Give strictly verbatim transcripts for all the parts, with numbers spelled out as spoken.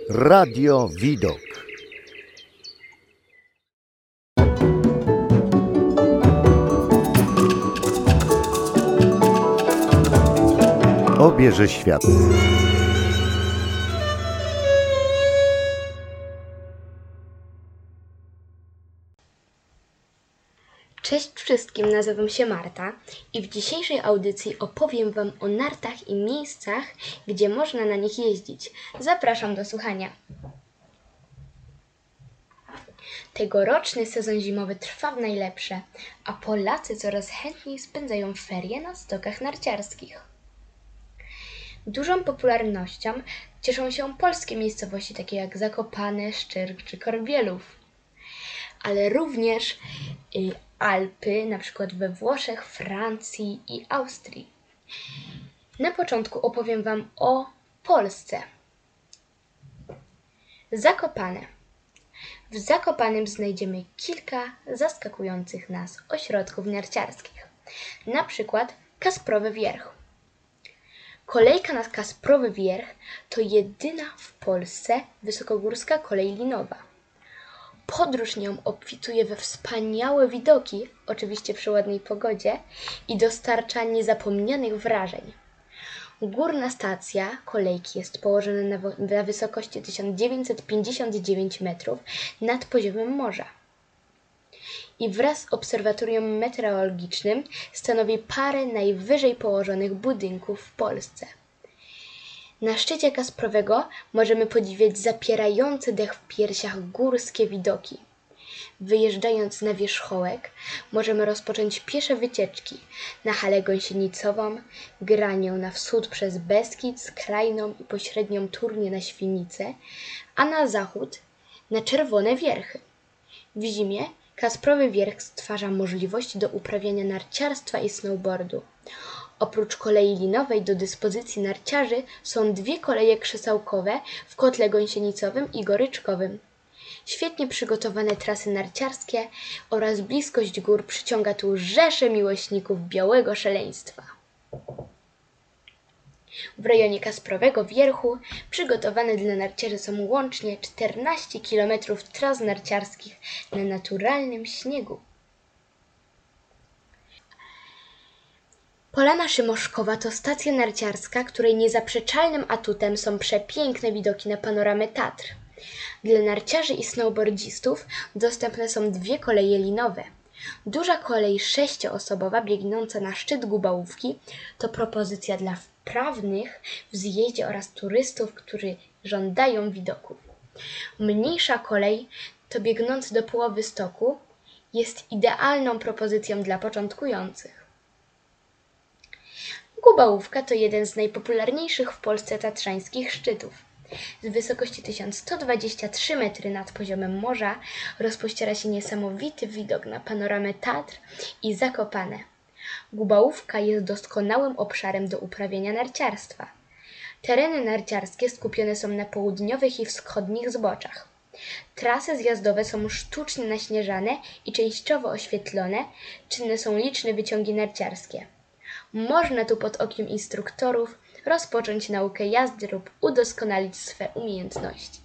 Radio Widok. Obierze świat. Cześć wszystkim, nazywam się Marta i w dzisiejszej audycji opowiem Wam o nartach i miejscach, gdzie można na nich jeździć. Zapraszam do słuchania. Tegoroczny sezon zimowy trwa w najlepsze, a Polacy coraz chętniej spędzają ferie na stokach narciarskich. Dużą popularnością cieszą się polskie miejscowości takie jak Zakopane, Szczyrk czy Korbielów, ale również y, Alpy, na przykład we Włoszech, Francji i Austrii. Na początku opowiem Wam o Polsce. Zakopane. W Zakopanem znajdziemy kilka zaskakujących nas ośrodków narciarskich, na przykład Kasprowy Wierch. Kolejka na Kasprowy Wierch to jedyna w Polsce wysokogórska kolej linowa. Podróż nią obfituje we wspaniałe widoki, oczywiście przy ładnej pogodzie, i dostarcza niezapomnianych wrażeń. Górna stacja kolejki jest położona na, na wysokości tysiąc dziewięćset pięćdziesiąt dziewięć metrów nad poziomem morza i wraz z obserwatorium meteorologicznym stanowi parę najwyżej położonych budynków w Polsce. Na szczycie Kasprowego możemy podziwiać zapierające dech w piersiach górskie widoki. Wyjeżdżając na wierzchołek, możemy rozpocząć piesze wycieczki na Halę Gąsienicową, granię na wschód przez Beskid, skrajną i pośrednią Turnię na Świnicę, a na zachód na Czerwone Wierchy. W zimie Kasprowy Wierch stwarza możliwości do uprawiania narciarstwa i snowboardu. Oprócz kolei linowej do dyspozycji narciarzy są dwie koleje krzesełkowe w kotle gąsienicowym i goryczkowym. Świetnie przygotowane trasy narciarskie oraz bliskość gór przyciąga tu rzesze miłośników białego szaleństwa. W rejonie Kasprowego Wierchu przygotowane dla narciarzy są łącznie czternaście kilometrów tras narciarskich na naturalnym śniegu. Polana Szymoszkowa to stacja narciarska, której niezaprzeczalnym atutem są przepiękne widoki na panoramę Tatr. Dla narciarzy i snowboardzistów dostępne są dwie koleje linowe. Duża kolej sześcioosobowa biegnąca na szczyt Gubałówki to propozycja dla wprawnych w zjeździe oraz turystów, którzy żądają widoków. Mniejsza kolej to biegnący do połowy stoku jest idealną propozycją dla początkujących. Gubałówka to jeden z najpopularniejszych w Polsce tatrzańskich szczytów. Z wysokości tysiąc sto dwadzieścia trzy metry nad poziomem morza rozpościera się niesamowity widok na panoramę Tatr i Zakopane. Gubałówka jest doskonałym obszarem do uprawiania narciarstwa. Tereny narciarskie skupione są na południowych i wschodnich zboczach. Trasy zjazdowe są sztucznie naśnieżane i częściowo oświetlone, czynne są liczne wyciągi narciarskie. Można tu pod okiem instruktorów rozpocząć naukę jazdy lub udoskonalić swe umiejętności.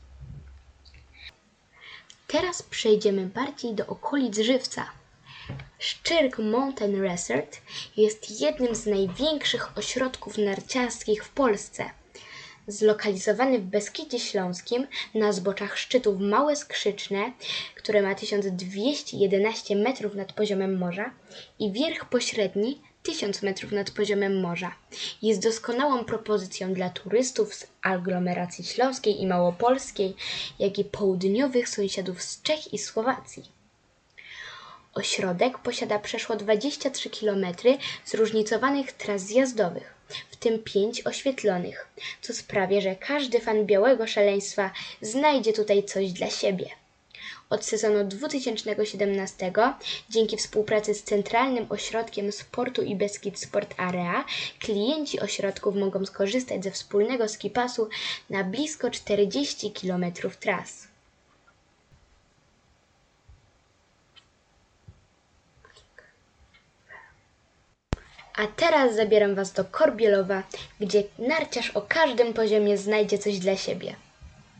Teraz przejdziemy bardziej do okolic Żywca. Szczyrk Mountain Resort jest jednym z największych ośrodków narciarskich w Polsce. Zlokalizowany w Beskidzie Śląskim na zboczach szczytów Małe Skrzyczne, które ma tysiąc dwieście jedenaście metrów nad poziomem morza, i Wierch Pośredni tysiąc metrów nad poziomem morza. Jest doskonałą propozycją dla turystów z aglomeracji śląskiej i małopolskiej, jak i południowych sąsiadów z Czech i Słowacji. Ośrodek posiada przeszło dwadzieścia trzy kilometry zróżnicowanych tras zjazdowych, w tym pięć oświetlonych, co sprawia, że każdy fan białego szaleństwa znajdzie tutaj coś dla siebie. Od sezonu dwa tysiące siedemnastego, dzięki współpracy z Centralnym Ośrodkiem Sportu i Beskid Sport Area, klienci ośrodków mogą skorzystać ze wspólnego skipasu na blisko czterdzieści kilometrów tras. A teraz zabieram Was do Korbielowa, gdzie narciarz o każdym poziomie znajdzie coś dla siebie.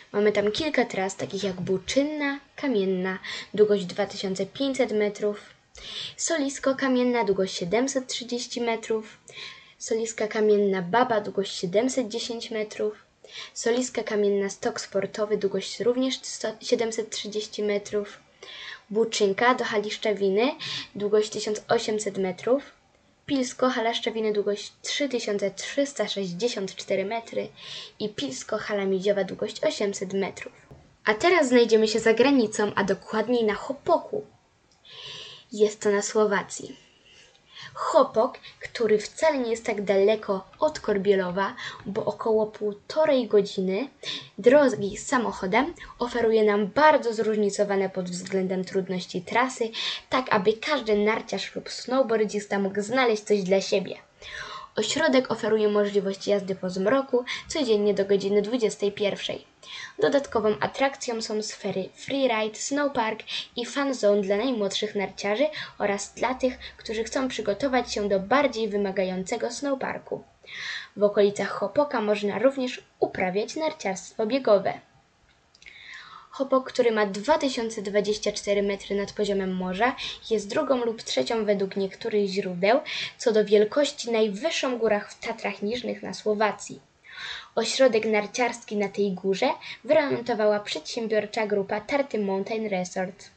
Mamy tam kilka tras, takich jak Buczynna, Kamienna, długość dwa tysiące pięćset metrów, Solisko Kamienna, długość siedemset trzydzieści metrów, Soliska Kamienna Baba, długość siedemset dziesięć metrów, Soliska Kamienna Stok Sportowy, długość również siedemset trzydzieści metrów, Buczynka do Hali Szczawiny, długość tysiąc osiemset metrów, Pilsko Hala Szczawiny, długość trzy tysiące trzysta sześćdziesiąt cztery metry i Pilsko Hala Miedziowa, długość osiemset metrów. A teraz znajdziemy się za granicą, a dokładniej na Hopoku. Jest to na Słowacji. Hopok, który wcale nie jest tak daleko od Korbielowa, bo około półtorej godziny drogi samochodem, oferuje nam bardzo zróżnicowane pod względem trudności trasy, tak aby każdy narciarz lub snowboardzista mógł znaleźć coś dla siebie. Ośrodek oferuje możliwość jazdy po zmroku codziennie do godziny dwudziestej pierwszej. Dodatkową atrakcją są sfery freeride, snowpark i fun zone dla najmłodszych narciarzy oraz dla tych, którzy chcą przygotować się do bardziej wymagającego snowparku. W okolicach Hopoka można również uprawiać narciarstwo biegowe. Hopok, który ma dwa tysiące dwadzieścia cztery metry nad poziomem morza, jest drugą lub trzecią według niektórych źródeł co do wielkości najwyższą górą w Tatrach Niżnych na Słowacji. Ośrodek narciarski na tej górze wyremontowała przedsiębiorcza grupa Tarty Mountain Resort.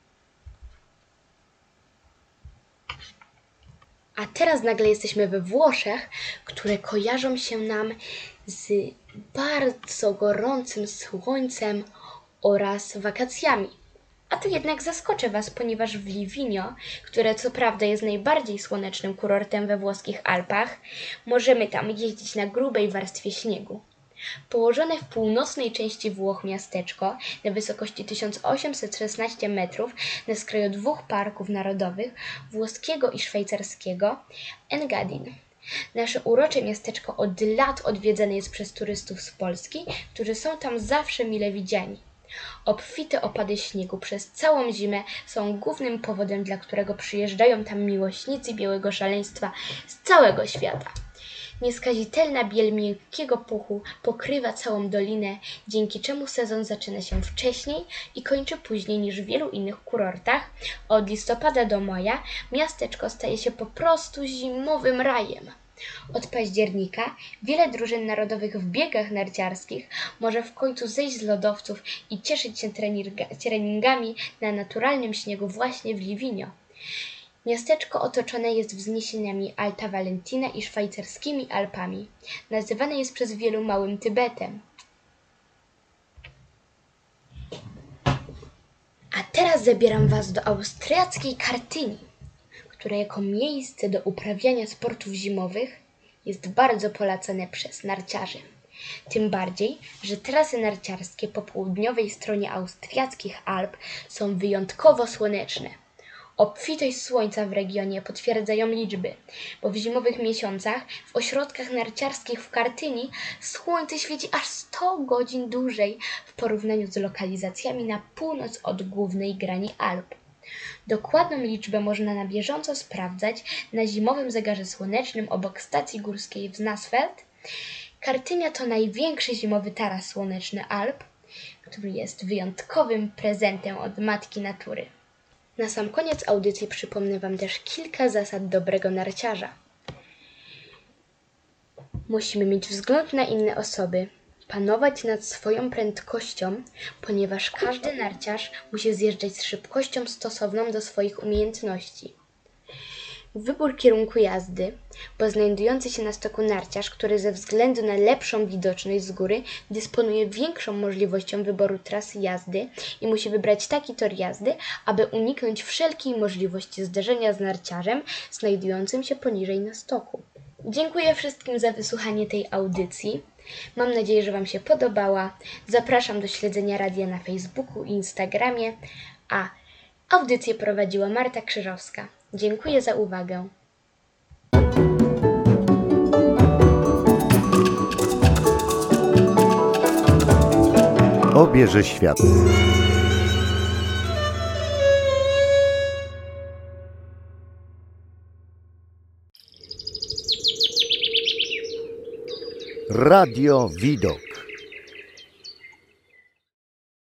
A teraz nagle jesteśmy we Włoszech, które kojarzą się nam z bardzo gorącym słońcem oraz wakacjami. A tu jednak zaskoczę Was, ponieważ w Livigno, które co prawda jest najbardziej słonecznym kurortem we włoskich Alpach, możemy tam jeździć na grubej warstwie śniegu. Położone w północnej części Włoch miasteczko na wysokości tysiąc osiemset szesnaście metrów na skraju dwóch parków narodowych, włoskiego i szwajcarskiego, Engadin. Nasze urocze miasteczko od lat odwiedzane jest przez turystów z Polski, którzy są tam zawsze mile widziani. Obfite opady śniegu przez całą zimę są głównym powodem, dla którego przyjeżdżają tam miłośnicy białego szaleństwa z całego świata. Nieskazitelna biel miękkiego puchu pokrywa całą dolinę, dzięki czemu sezon zaczyna się wcześniej i kończy później niż w wielu innych kurortach. Od listopada do maja miasteczko staje się po prostu zimowym rajem. Od października wiele drużyn narodowych w biegach narciarskich może w końcu zejść z lodowców i cieszyć się treningami na naturalnym śniegu właśnie w Livigno. Miasteczko otoczone jest wzniesieniami Alta Valentina i szwajcarskimi Alpami. Nazywane jest przez wielu Małym Tybetem. A teraz zabieram Was do austriackiej Kartynii, która jako miejsce do uprawiania sportów zimowych jest bardzo polecane przez narciarzy. Tym bardziej, że trasy narciarskie po południowej stronie austriackich Alp są wyjątkowo słoneczne. Obfitość słońca w regionie potwierdzają liczby, bo w zimowych miesiącach w ośrodkach narciarskich w Kartynii słońce świeci aż sto godzin dłużej w porównaniu z lokalizacjami na północ od głównej grani Alp. Dokładną liczbę można na bieżąco sprawdzać na zimowym zegarze słonecznym obok stacji górskiej w Nassfeld. Kartynia to największy zimowy taras słoneczny Alp, który jest wyjątkowym prezentem od Matki Natury. Na sam koniec audycji przypomnę Wam też kilka zasad dobrego narciarza. Musimy mieć wzgląd na inne osoby, panować nad swoją prędkością, ponieważ każdy narciarz musi zjeżdżać z szybkością stosowną do swoich umiejętności. Wybór kierunku jazdy, bo znajdujący się na stoku narciarz, który ze względu na lepszą widoczność z góry dysponuje większą możliwością wyboru trasy jazdy i musi wybrać taki tor jazdy, aby uniknąć wszelkiej możliwości zderzenia z narciarzem znajdującym się poniżej na stoku. Dziękuję wszystkim za wysłuchanie tej audycji. Mam nadzieję, że Wam się podobała. Zapraszam do śledzenia radia na Facebooku i Instagramie, a audycję prowadziła Marta Krzyżowska. Dziękuję za uwagę. Obierze świat. Radio Widok.